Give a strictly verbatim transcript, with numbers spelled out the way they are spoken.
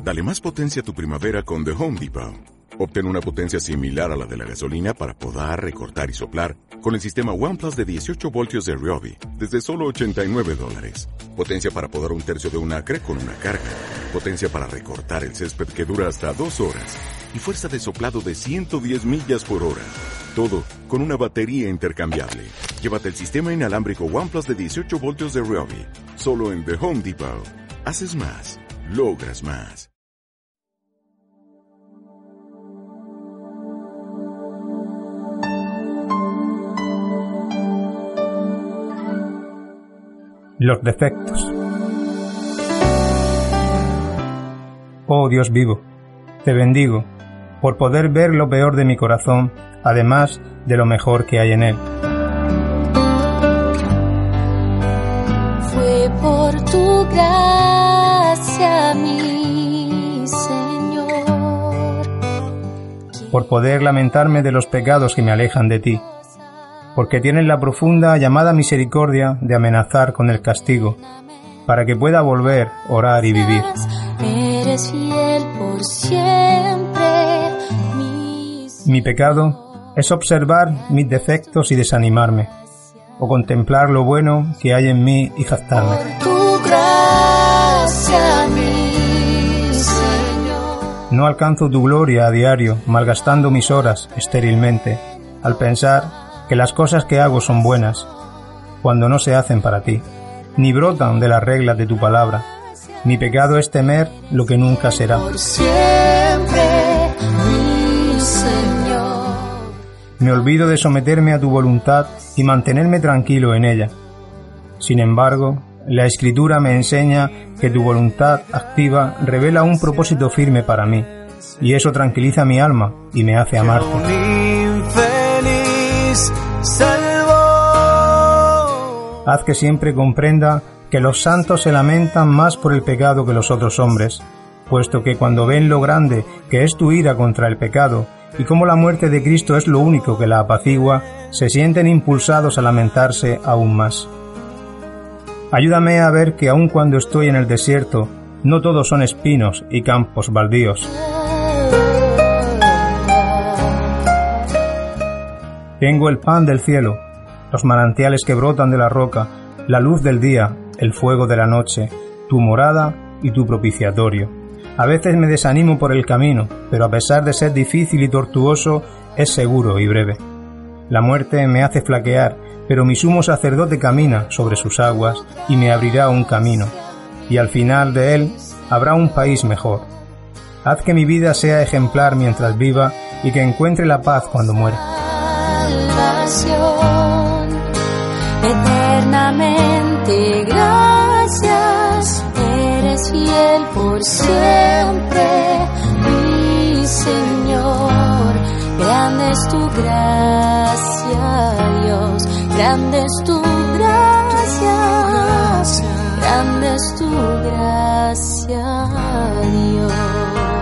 Dale más potencia a tu primavera con The Home Depot. Obtén una potencia similar a la de la gasolina para podar, recortar y soplar con el sistema OnePlus de dieciocho voltios de Ryobi desde solo ochenta y nueve dólares. Potencia para podar un tercio de un acre con una carga. Potencia para recortar el césped que dura hasta dos horas. Y fuerza de soplado de ciento diez millas por hora. Todo con una batería intercambiable. Llévate el sistema inalámbrico OnePlus de dieciocho voltios de Ryobi. Solo en The Home Depot. Haces más. Logras más. Los defectos. Oh Dios vivo, te bendigo por poder ver lo peor de mi corazón, además de lo mejor que hay en él. Fue por tu gracia, mi Señor, por poder lamentarme de los pecados que me alejan de ti, porque tienes la profunda llamada misericordia de amenazar con el castigo, para que pueda volver, orar y vivir. Eres fiel por siempre, mi... Mi pecado es observar mis defectos y desanimarme, o contemplar lo bueno que hay en mí y jactarme. Por tu gracia, mi Señor. No alcanzo tu gloria a diario, malgastando mis horas estérilmente, al pensar que las cosas que hago son buenas, cuando no se hacen para ti, ni brotan de las reglas de tu palabra. Mi pecado es temer lo que nunca será. Por siempre, mi Señor. Me olvido de someterme a tu voluntad y mantenerme tranquilo en ella. Sin embargo, la Escritura me enseña que tu voluntad activa revela un propósito firme para mí, y eso tranquiliza mi alma y me hace amarte. Haz que siempre comprenda que los santos se lamentan más por el pecado que los otros hombres, puesto que cuando ven lo grande que es tu ira contra el pecado y cómo la muerte de Cristo es lo único que la apacigua, se sienten impulsados a lamentarse aún más. Ayúdame a ver que aun cuando estoy en el desierto, no todos son espinos y campos baldíos. Tengo el pan del cielo, los manantiales que brotan de la roca, la luz del día, el fuego de la noche, tu morada y tu propiciatorio. A veces me desanimo por el camino, pero a pesar de ser difícil y tortuoso, es seguro y breve. La muerte me hace flaquear, pero mi sumo sacerdote camina sobre sus aguas y me abrirá un camino, y al final de él habrá un país mejor. Haz que mi vida sea ejemplar mientras viva y que encuentre la paz cuando muera. Eternamente gracias, eres fiel por siempre, mi Señor. Grande es tu gracia, Dios, grande es tu gracia, grande es tu gracia, Dios.